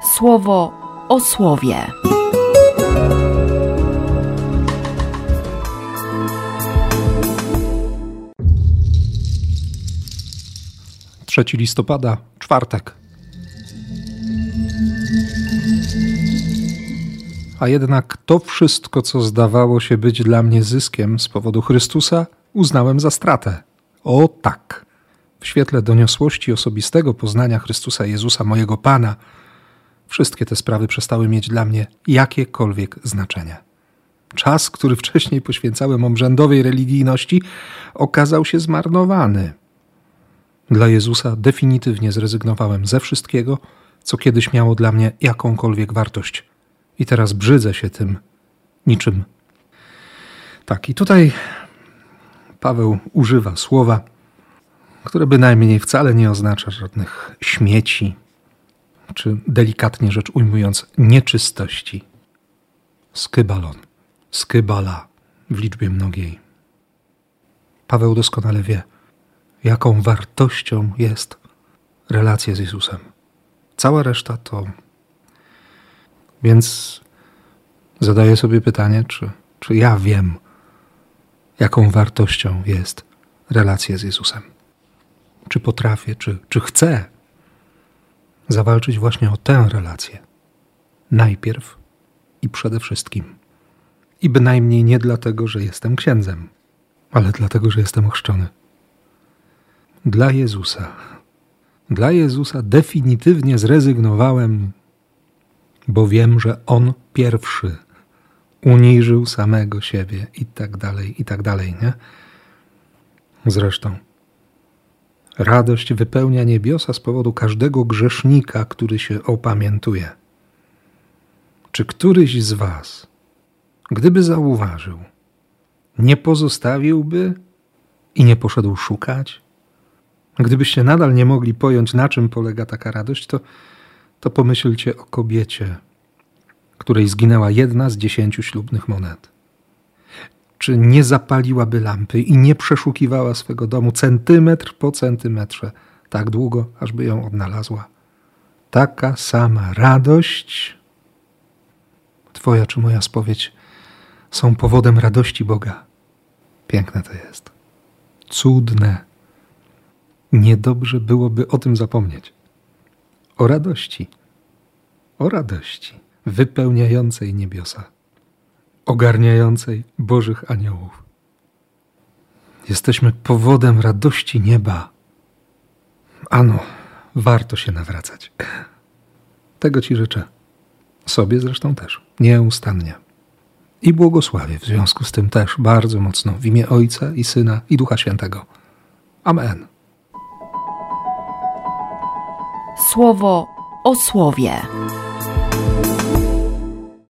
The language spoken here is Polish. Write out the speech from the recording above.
Słowo o słowie. Trzeci listopada, czwartek. A jednak to wszystko, co zdawało się być dla mnie zyskiem z powodu Chrystusa, uznałem za stratę. O tak! W świetle doniosłości osobistego poznania Chrystusa Jezusa, mojego Pana, wszystkie te sprawy przestały mieć dla mnie jakiekolwiek znaczenie. Czas, który wcześniej poświęcałem obrzędowej religijności, okazał się zmarnowany. Dla Jezusa definitywnie zrezygnowałem ze wszystkiego, co kiedyś miało dla mnie jakąkolwiek wartość. I teraz brzydzę się tym niczym. Tak, i tutaj Paweł używa słowa, które bynajmniej wcale nie oznacza żadnych śmieci, czy delikatnie rzecz ujmując nieczystości. Skybalon, skybala w liczbie mnogiej. Paweł doskonale wie, jaką wartością jest relacja z Jezusem. Cała reszta to... Więc zadaję sobie pytanie, czy ja wiem, jaką wartością jest relacja z Jezusem. Czy potrafię, czy chcę zawalczyć właśnie o tę relację. Najpierw i przede wszystkim. I bynajmniej nie dlatego, że jestem księdzem, ale dlatego, że jestem ochrzczony. Dla Jezusa definitywnie zrezygnowałem, bo wiem, że On pierwszy uniżył samego siebie i tak dalej, nie? Zresztą radość wypełnia niebiosa z powodu każdego grzesznika, który się opamiętuje. Czy któryś z was, gdyby zauważył, nie pozostawiłby i nie poszedł szukać? Gdybyście nadal nie mogli pojąć, na czym polega taka radość, to pomyślcie o kobiecie, której zginęła 1 z 10 ślubnych monet. Czy nie zapaliłaby lampy i nie przeszukiwała swego domu centymetr po centymetrze tak długo, ażby ją odnalazła? Taka sama radość, twoja czy moja spowiedź, są powodem radości Boga. Piękne to jest. Cudne. Niedobrze byłoby o tym zapomnieć. O radości wypełniającej niebiosa, ogarniającej Bożych aniołów. Jesteśmy powodem radości nieba. Ano, warto się nawracać. Tego ci życzę. Sobie zresztą też, nieustannie. I błogosławię w związku z tym też bardzo mocno w imię Ojca i Syna i Ducha Świętego. Amen. Słowo o słowie.